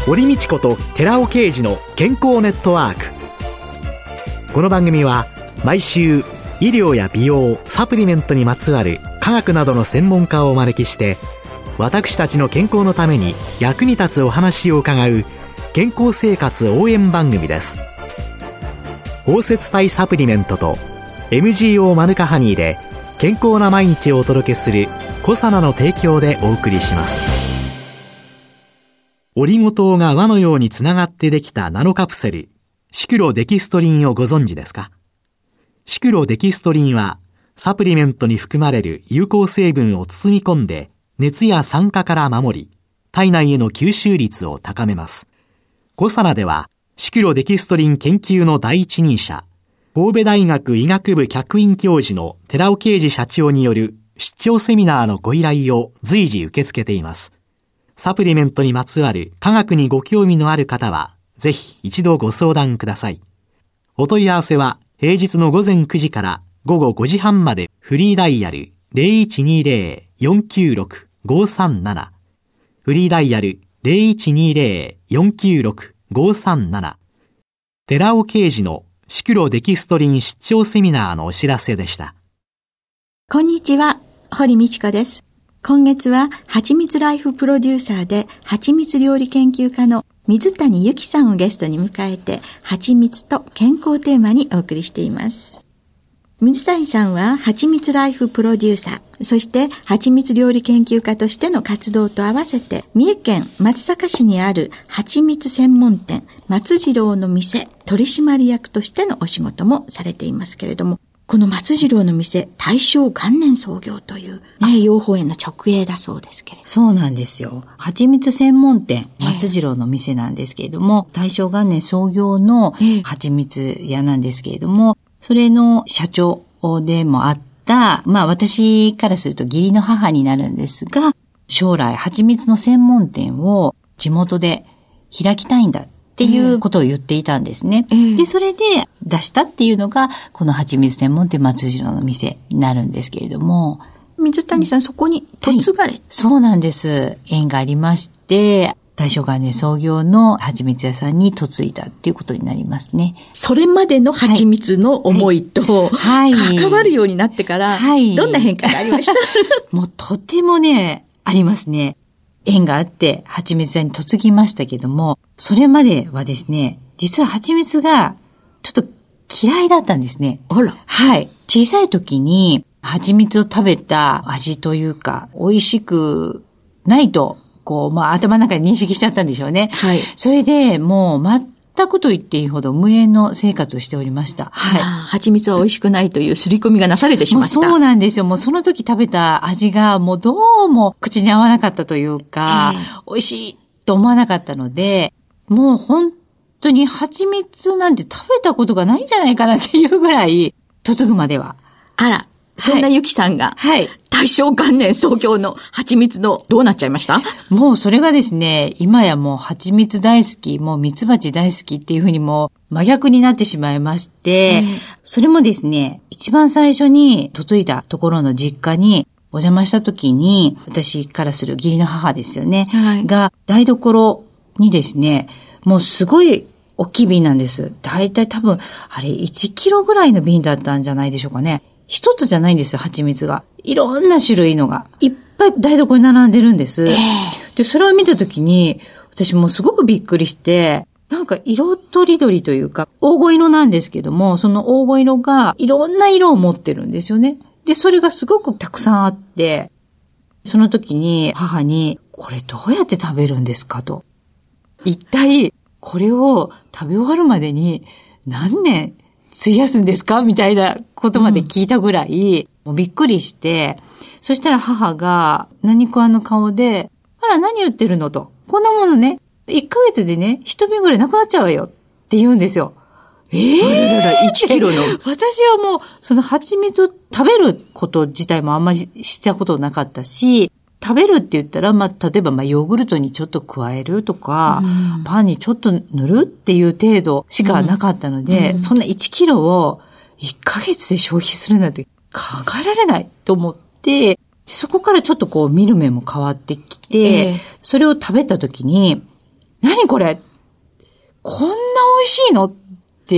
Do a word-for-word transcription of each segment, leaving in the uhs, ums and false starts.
堀道子と寺尾啓二の健康ネットワーク。この番組は毎週医療や美容、サプリメントにまつわる科学などの専門家をお招きして、私たちの健康のために役に立つお話を伺う健康生活応援番組です。包摂体サプリメントと エムジーオー マヌカハニーで健康な毎日をお届けするコサナの提供でお送りします。オリゴ糖が輪のようにつながってできたナノカプセル、シクロデキストリンをご存知ですか？シクロデキストリンはサプリメントに含まれる有効成分を包み込んで熱や酸化から守り、体内への吸収率を高めます。コサナではシクロデキストリン研究の第一人者、神戸大学医学部客員教授の寺尾啓二社長による出張セミナーのご依頼を随時受け付けています。サプリメントにまつわる科学にご興味のある方は、ぜひ一度ご相談ください。お問い合わせは平日のごぜんくじからごごごじはんまでフリーダイヤル ゼロいちにゼロ よんきゅうろく ごさんなな フリーダイヤル ゼロいちにゼロ よんきゅうろく ごさんなな。寺尾啓二のシクロデキストリン出張セミナーのお知らせでした。 こんにちは、堀道子です。今月ははちみつライフプロデューサーではちみつ料理研究家の水谷由紀さんをゲストに迎えて、はちみつと健康テーマにお送りしています。水谷さんははちみつライフプロデューサー、そしてはちみつ料理研究家としての活動と合わせて、三重県松阪市にあるはちみつ専門店松次郎の店取締役としてのお仕事もされていますけれども、この松次郎の店、大正元年創業というね、養蜂園の直営だそうですけれど。 そうなんですよ。はちみつ専門店、松次郎の店なんですけれども、えー、大正元年創業のはちみつ屋なんですけれども、それの社長でもあった、まあ私からすると義理の母になるんですが、将来はちみつの専門店を地元で開きたいんだっていうことを言っていたんですね。えー、で、それで出したっていうのが、このはちみつ専門店松次郎の店になるんですけれども。 水谷さん、そこに嫁がれ、はい、 そうなんです。縁がありまして、大正元年創業のはちみつ屋さんに嫁いだっていうことになりますね。 それまでのはちみつの思いと、はい、関わるようになってから、はい、どんな変化がありました？ もうとてもね、ありますね。縁があって、蜂蜜屋に嫁ぎましたけども、それまではですね、実は蜂蜜がちょっと嫌いだったんですね。 あら。 はい。小さい時に蜂蜜を食べた味というか、美味しくないと、こう、まあ頭の中で認識しちゃったんでしょうね。 はい。 それでもう全くと言っていいほど無縁の生活をしておりました。 はい。蜂蜜は美味しくないという刷り込みがなされてしまった。 もうそうなんですよ。もうその時食べた味がもうどうも口に合わなかったというか、えー、美味しいと思わなかったので、もう本当に蜂蜜なんて食べたことがないんじゃないかなっていうぐらい、嫁ぐまでは。 あら、そんなゆきさんが、はい。大正元年創業の蜂蜜のどうなっちゃいました？ もうそれがですね、今やもう蜂蜜大好き、もう蜜蜂大好きっていうふうにもう真逆になってしまいまして、それもですね、一番最初に嫁いだところの実家にお邪魔した時に、私からする義理の母ですよね、はい、が台所にですね、もうすごい大きい瓶なんです。だいたい多分、あれいちキロぐらいの瓶だったんじゃないでしょうかね。一つじゃないんですよ、蜂蜜が。いろんな種類のが、いっぱい台所に並んでるんです。えー、で、それを見たときに、私もうすごくびっくりして、なんか色とりどりというか、黄金色なんですけども、その黄金色がいろんな色を持ってるんですよね。で、それがすごくたくさんあって、その時に母に、これどうやって食べるんですかと。一体、これを食べ終わるまでに何年費やすんですかみたいなことまで聞いたぐらい、うん、もうびっくりして、そしたら母が何食わぬ顔で、あら何言ってるのと。こんなものね、いっかげつでね、一瓶ぐらいなくなっちゃうわよって言うんですよ。えぇ、ー、あらららいちキロの。私はもう、その蜂蜜を食べること自体もあんまりしたことなかったし、食べるって言ったら、まあ、例えば、まあ、ヨーグルトにちょっと加えるとか、うん、パンにちょっと塗るっていう程度しかなかったので、うん、そんないちキロをいっかげつで消費するなんて考えられないと思って、そこからちょっとこう見る目も変わってきて、えー、それを食べた時に、 何これこんな美味しいのって、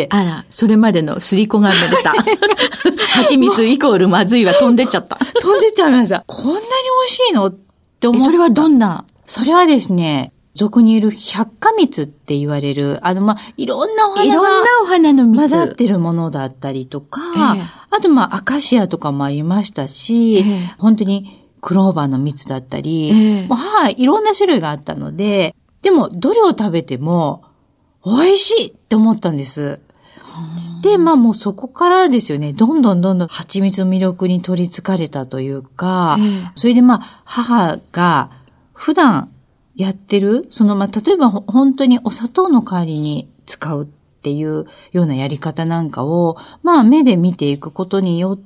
あら、それまでのすりこがめた。蜂蜜イコールまずいは飛んでっちゃった。 飛んでっちゃいました。こんなに美味しいのって思った。 それはどんな？ それはですね、俗に言う百花蜜って言われる、あの、まあ、いろんなお花が、 いろんなお花の蜜。 混ざってるものだったりとか、 ええ、 あと、まあ、アカシアとかもありましたし、ええ、本当にクローバーの蜜だったり、ええ、もう母、いろんな種類があったので、でも、どれを食べても、美味しいって思ったんです。で、まあもうそこからですよね、どんどんどんどん蜂蜜の魅力に取り憑かれたというか、ええ、それでまあ、母が普段やってる、そのまあ、例えば本当にお砂糖の代わりに使うっていうようなやり方なんかを、まあ目で見ていくことによって、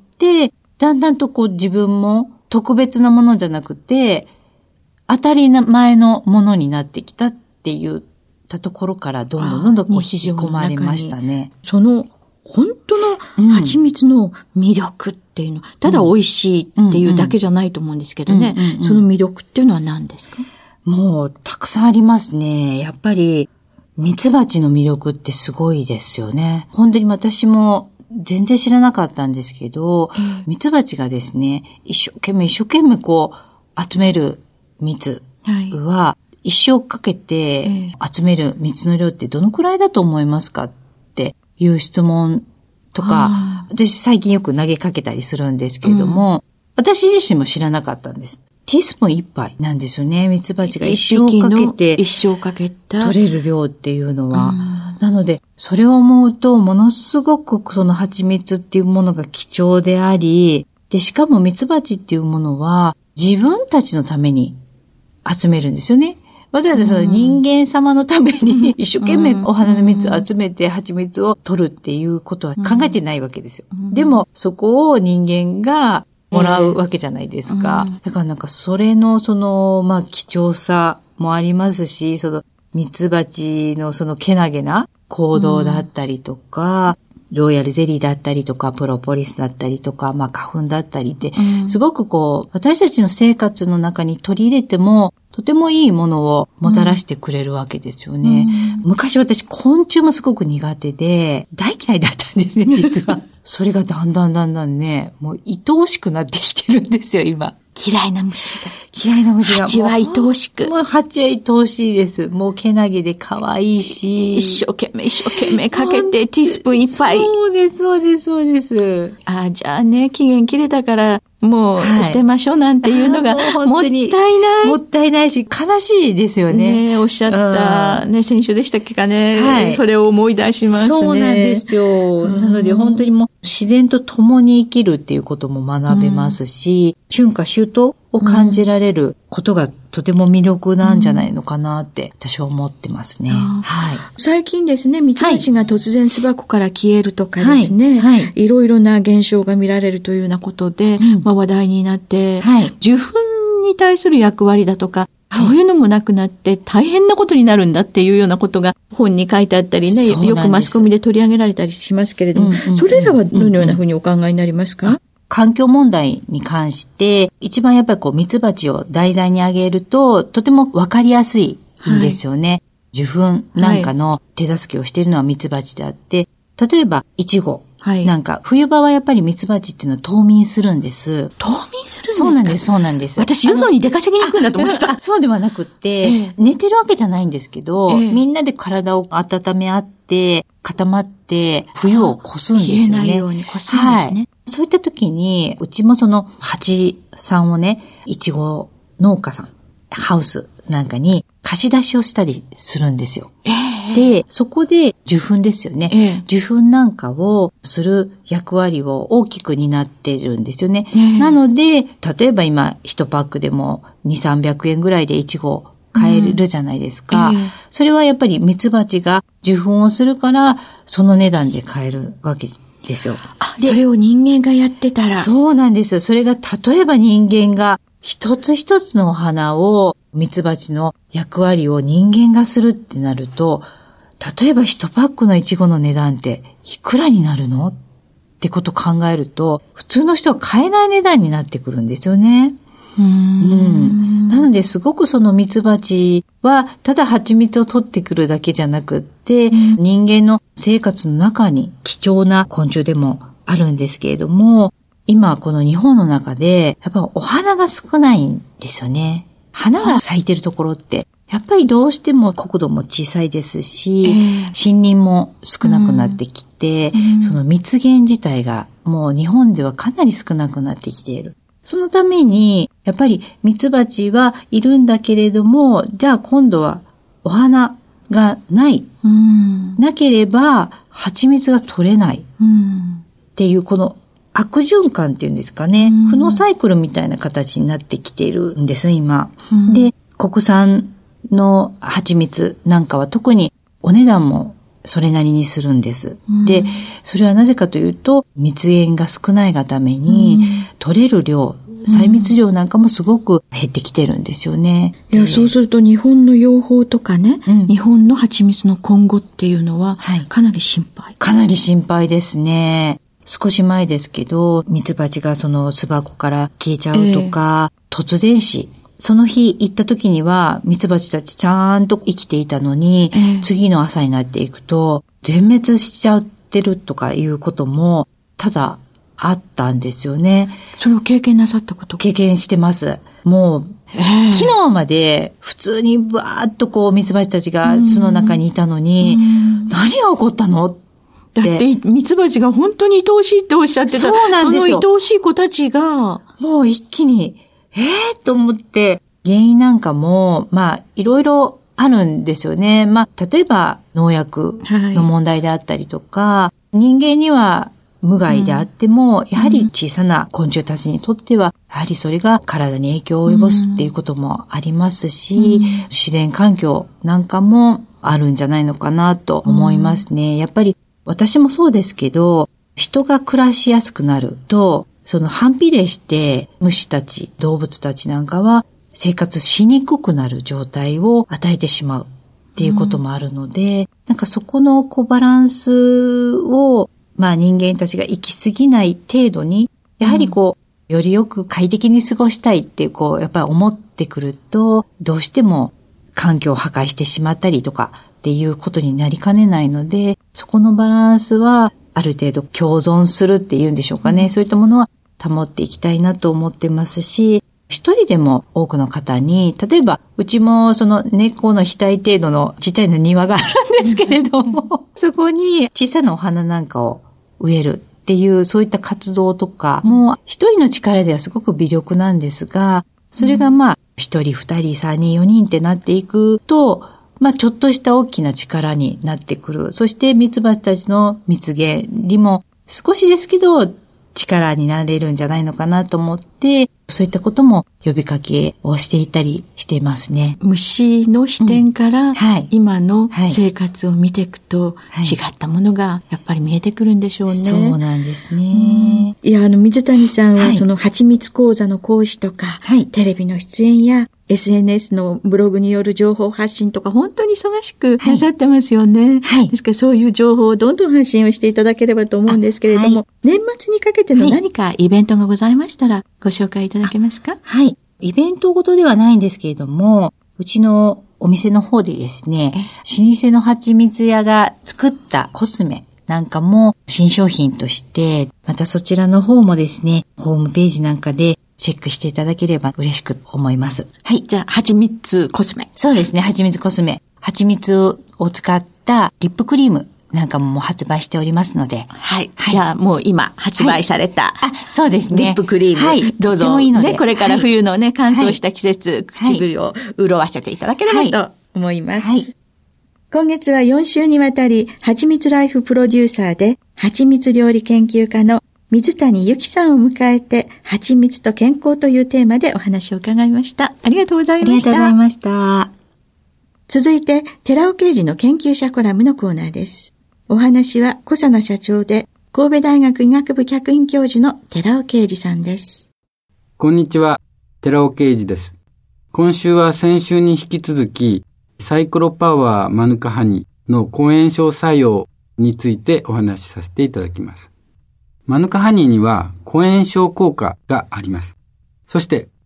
だんだんとこう自分も特別なものじゃなくて、当たり前のものになってきたっていうたところからどんどんどんどんこう引き込まれましたね。 その本当の蜂蜜の魅力っていうの、うん、ただ美味しいっていうだけじゃないと思うんですけどね、うんうんうん、その魅力っていうのは何ですか？ もうたくさんありますね。やっぱり蜜蜂の魅力ってすごいですよね。本当に私も全然知らなかったんですけど、うん、蜜蜂がですね、一生懸命一生懸命こう集める蜜は、一生かけて集める蜜の量ってどのくらいだと思いますかっていう質問とか、私最近よく投げかけたりするんですけれども、うん、私自身も知らなかったんです。ティースプーン一杯なんですよね。蜜蜂が一生かけて一生かけた取れる量っていうのは。なので、それを思うと、ものすごくその蜂蜜っていうものが貴重であり、で、しかも蜜蜂っていうものは自分たちのために集めるんですよね。わざわざその人間様のために一生懸命お花の蜜を集めて蜂蜜を取るっていうことは考えてないわけですよ。でも、そこを人間がもらうわけじゃないですか。だからなんかそれのその、まあ貴重さもありますし、その蜜蜂のそのけなげな行動だったりとか、ロイヤルゼリーだったりとか、プロポリスだったりとか、まあ花粉だったりって、すごくこう、私たちの生活の中に取り入れても、とてもいいものをもたらしてくれるわけですよね。うん、昔私昆虫もすごく苦手で、大嫌いだったんですね、実は。それがだんだんだんだんね、もう愛おしくなってきてるんですよ、今。 嫌いな虫が。 嫌いな虫が。 蜂は愛おしく。 もう蜂は愛おしいです。もうけなげで可愛いし。 一生懸命一生懸命かけてティースプーンいっぱい。 そうです、そうです、そうです。 あ、じゃあね、期限切れたから、もう捨てましょうなんていうのが、はい、もったいない。 もったいないし、悲しいですよね。 ね、おっしゃった、うん、ね、先週でしたっけかね、はい。それを思い出しますね。 そうなんですよ。なので本当にもう自然と共に生きるっていうことも学べますし、うん、春夏秋冬を感じられることがとても魅力なんじゃないのかなって私は思ってますね。うん、はい。 最近ですね、蜜蜂が突然巣箱から消えるとかですね、はいはい、いろいろな現象が見られるというようなことで、うんまあ、話題になって、はい、受粉に対する役割だとか、そういうのもなくなって大変なことになるんだっていうようなことが本に書いてあったりね、よくマスコミで取り上げられたりしますけれども、うんうんうん、それらはどのようなふうにお考えになりますか？ 環境問題に関して、一番やっぱりこう、蜜蜂を題材に挙げると、とてもわかりやすいんですよね。はい、受粉なんかの手助けをしているのは蜜蜂であって、例えば、イチゴ。はい、なんか、冬場はやっぱり蜜蜂っていうのは冬眠するんです。 冬眠するんですか？ そうなんです、そうなんです。 私、よそに出稼ぎに行くんだと思ってた。 そうではなくって、ええ、寝てるわけじゃないんですけど、え、みんなで体を温め合って、固まって、冬を越すんですよね。 冷えないように越すんですね。はい、 そういった時に、うちもその蜂さんをね、いちご農家さん、ハウスなんかに貸し出しをしたりするんですよ。えー、で、そこで受粉ですよね、えー。受粉なんかをする役割を大きく担ってるんですよね。えー、なので、例えば今いちパックでもにせんさんびゃくえんぐらいでいちご買えるじゃないですか、うんえー。それはやっぱり蜜蜂が受粉をするから、その値段で買えるわけですよ。 あ、それを人間がやってたら。 そうなんです。それが例えば人間が一つ一つのお花を、蜜蜂の役割を人間がするってなると、例えば一パックのイチゴの値段っていくらになるのってことを考えると、普通の人は買えない値段になってくるんですよね。うーんうん、なのですごくそのミツバチはただ蜂蜜を取ってくるだけじゃなくって、うん、人間の生活の中に貴重な昆虫でもあるんですけれども、今この日本の中でやっぱお花が少ないんですよね。花が咲いてるところってやっぱりどうしても国土も小さいですし、えー、森林も少なくなってきて、うん、その蜜源自体がもう日本ではかなり少なくなってきている。そのためにやっぱりミツバチはいるんだけれども、じゃあ今度はお花がない、うん、なければ蜂蜜が取れない、うん、っていうこの悪循環っていうんですかね、うん、負のサイクルみたいな形になってきているんです今、うん、で国産の蜂蜜なんかは特にお値段もそれなりにするんです、うん、でそれはなぜかというと蜜源が少ないがために、うん、取れる量採蜜量なんかもすごく減ってきてるんですよね。 いや、そうすると日本の養蜂とかね、うん、日本の蜂蜜の今後っていうのはかなり心配、はい、 かなり心配ですね。少し前ですけど、ミツバチがその巣箱から消えちゃうとか、えー、突然死。その日行った時にはミツバチたちちゃんと生きていたのに、えー、次の朝になっていくと全滅しちゃってるとかいうこともただあったんですよね。 それを経験なさったこと？ 経験してます。もう、えー、昨日まで普通にバーッとこうミツバチたちが巣の中にいたのに、何が起こったの？ だって、ミツバチが本当に愛おしいっておっしゃってた。 そうなんですよ。 その愛おしい子たちが。 もう一気に、えーと思って、原因なんかも、まあ、いろいろあるんですよね。まあ、例えば、農薬の問題であったりとか、はい、人間には無害であっても、うん、やはり小さな昆虫たちにとっては、やはりそれが体に影響を及ぼすっていうこともありますし、うん、自然環境なんかもあるんじゃないのかなと思いますね。うん、やっぱり、私もそうですけど、人が暮らしやすくなると、その反比例して虫たち、動物たちなんかは生活しにくくなる状態を与えてしまうっていうこともあるので、うん、なんかそこのこうバランスを、まあ人間たちが行き過ぎない程度に、やはりこう、うん、よりよく快適に過ごしたいってこう、やっぱり思ってくると、どうしても環境を破壊してしまったりとか、っていうことになりかねないので、そこのバランスはある程度共存するっていうんでしょうかね。うん、そういったものは保っていきたいなと思ってますし、一人でも多くの方に、例えばうちもその猫の額程度のちっちゃい庭があるんですけれども、そこに小さなお花なんかを植えるっていうそういった活動とか、もう一人の力ではすごく微力なんですが、それがまあ一人、二人、三人、四人ってなっていくと、まあ、ちょっとした大きな力になってくる。そして、ミツバチたちの蜜源にも少しですけど力になれるんじゃないのかなと思って、そういったことも呼びかけをしていたりしていますね。 虫の視点から、うんはい、今の生活を見ていくと、はい、違ったものがやっぱり見えてくるんでしょうね。 そうなんですね。 うん、いや、あの、水谷さんはその蜂蜜講座の講師とか、はい、テレビの出演や、エスエヌエス のブログによる情報発信とか本当に忙しくなさってますよね。はい。ですからそういう情報をどんどん発信をしていただければと思うんですけれども、はい、年末にかけての何かイベントがございましたらご紹介いただけますか？ はい。イベントごとではないんですけれども、うちのお店の方でですね、老舗の蜂蜜屋が作ったコスメなんかも新商品として、またそちらの方もですね、ホームページなんかでチェックしていただければ嬉しく思います。 はい。じゃあ、蜂蜜コスメ。 そうですね。蜂蜜コスメ。蜂蜜を使ったリップクリームなんかも発売しておりますので。 はい。はい、じゃあ、もう今発売された、 はい。あ、そうですね。 リップクリーム。はい。どうぞ。いいのでね、これから冬のね、はい、乾燥した季節、はい、唇を潤わせていただければと思います。はいはい、今月はよん週にわたり、蜂蜜ライフプロデューサーで、蜂蜜料理研究家の水谷由紀さんを迎えて、蜂蜜と健康というテーマでお話を伺いました。ありがとうございました。 ありがとうございました。 続いて、寺尾啓二の研究者コラムのコーナーです。お話は小佐奈社長で、神戸大学医学部客員教授の寺尾啓二さんです。 こんにちは、寺尾啓二です。今週は先週に引き続き、サイクロパワーマヌカハニの抗炎症作用についてお話しさせていただきます。マヌカハニーには抗炎症効果があります。そして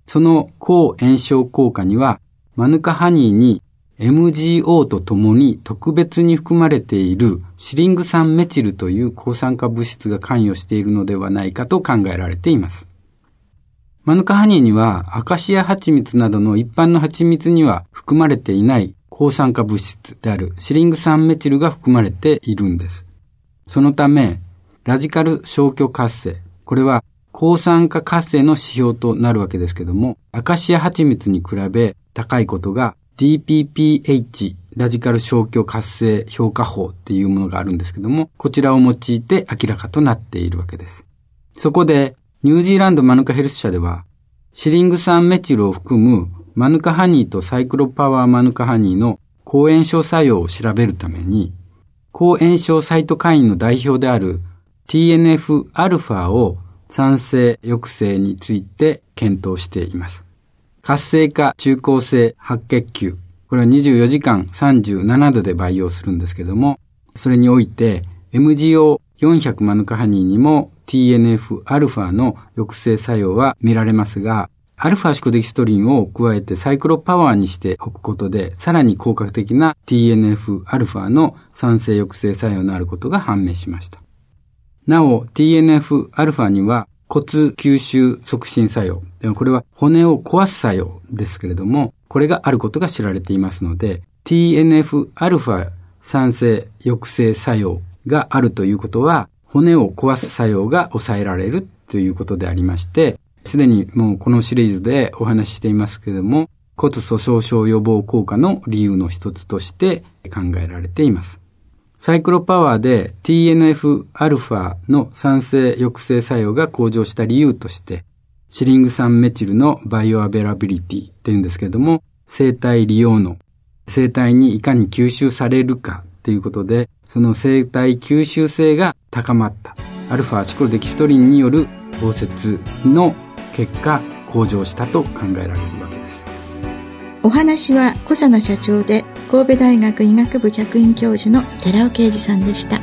その抗炎症効果には、マヌカハニーに エムジーオー とともに特別に含まれているシリング酸メチルという抗酸化物質が関与しているのではないかと考えられています。マヌカハニーにはアカシア蜂蜜などの一般の蜂蜜には含まれていない抗酸化物質であるシリング酸メチルが含まれているんです。そのため、ラジカル消去活性、これは抗酸化活性の指標となるわけですけども、アカシア蜂蜜に比べ高いことが ディーピーピーエイチ ラジカル消去活性評価法っていうものがあるんですけども、こちらを用いて明らかとなっているわけです。そこでニュージーランドマヌカヘルス社ではシリング酸メチルを含むマヌカハニーとサイクロパワーマヌカハニーの抗炎症作用を調べるために、抗炎症サイトカインの代表である ティーエヌエフ アルファを酸性抑制について検討しています。活性化中硬性白血球。これはにじゅうよじかんさんじゅうななどで培養するんですけども、それにおいて エムジーオーよんひゃく マヌカハニーにも ティーエヌエフ アルファの抑制作用は見られますが、アルファシコデキストリンを加えてサイクロパワーにしておくことで、さらに効果的な ティーエヌエフ アルファの酸性抑制作用のあることが判明しました。なお、ティーエヌエフ アルファには骨吸収促進作用。でもこれは骨を壊す作用ですけれども、これがあることが知られていますので、ティーエヌエフ アルファ酸性抑制作用があるということは、骨を壊す作用が抑えられるということでありまして、すでにもうこのシリーズでお話ししていますけれども、骨粗鬆症予防効果の理由の一つとして考えられています。サイクロパワーで ティーエヌエフ アルファの酸性抑制作用が向上した理由として、シリング酸メチルのバイオアベラビリティっていうんですけれども、生体利用能、生体にいかに吸収されるかということで、その生体吸収性が高まった。アルファシクロデキストリンによる包摂の結果、向上したと考えられるわけです。 お話は小佐奈社長で神戸大学医学部客員教授の寺尾啓二さんでした。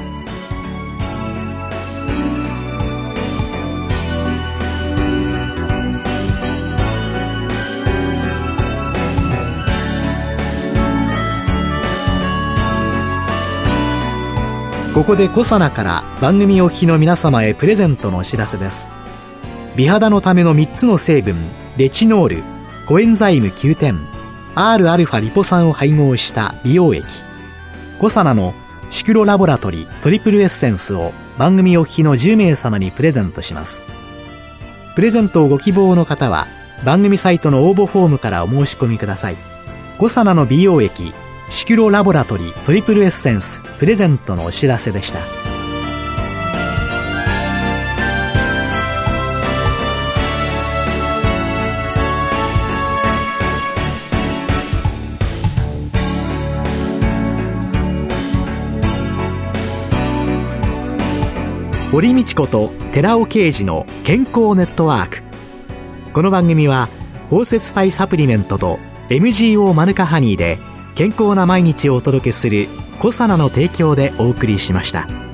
ここでコサナから番組お聞きの皆様へプレゼントのお知らせです。美肌のためのみっつの成分、レチノール、コエンザイムきゅうてん、Rα リポ酸を配合した美容液、コサナのシクロラボラトリトリプルエッセンスを番組お聞きのじゅうめいさまにプレゼントします。プレゼントをご希望の方は番組サイトの応募フォームからお申し込みください。コサナの美容液シクロラボラトリトリプルエッセンスプレゼントのお知らせでした。堀道子と寺尾啓二の健康ネットワーク。この番組は包摂体サプリメントと エムジーオー マヌカハニーで健康な毎日をお届けするコサナの提供でお送りしました。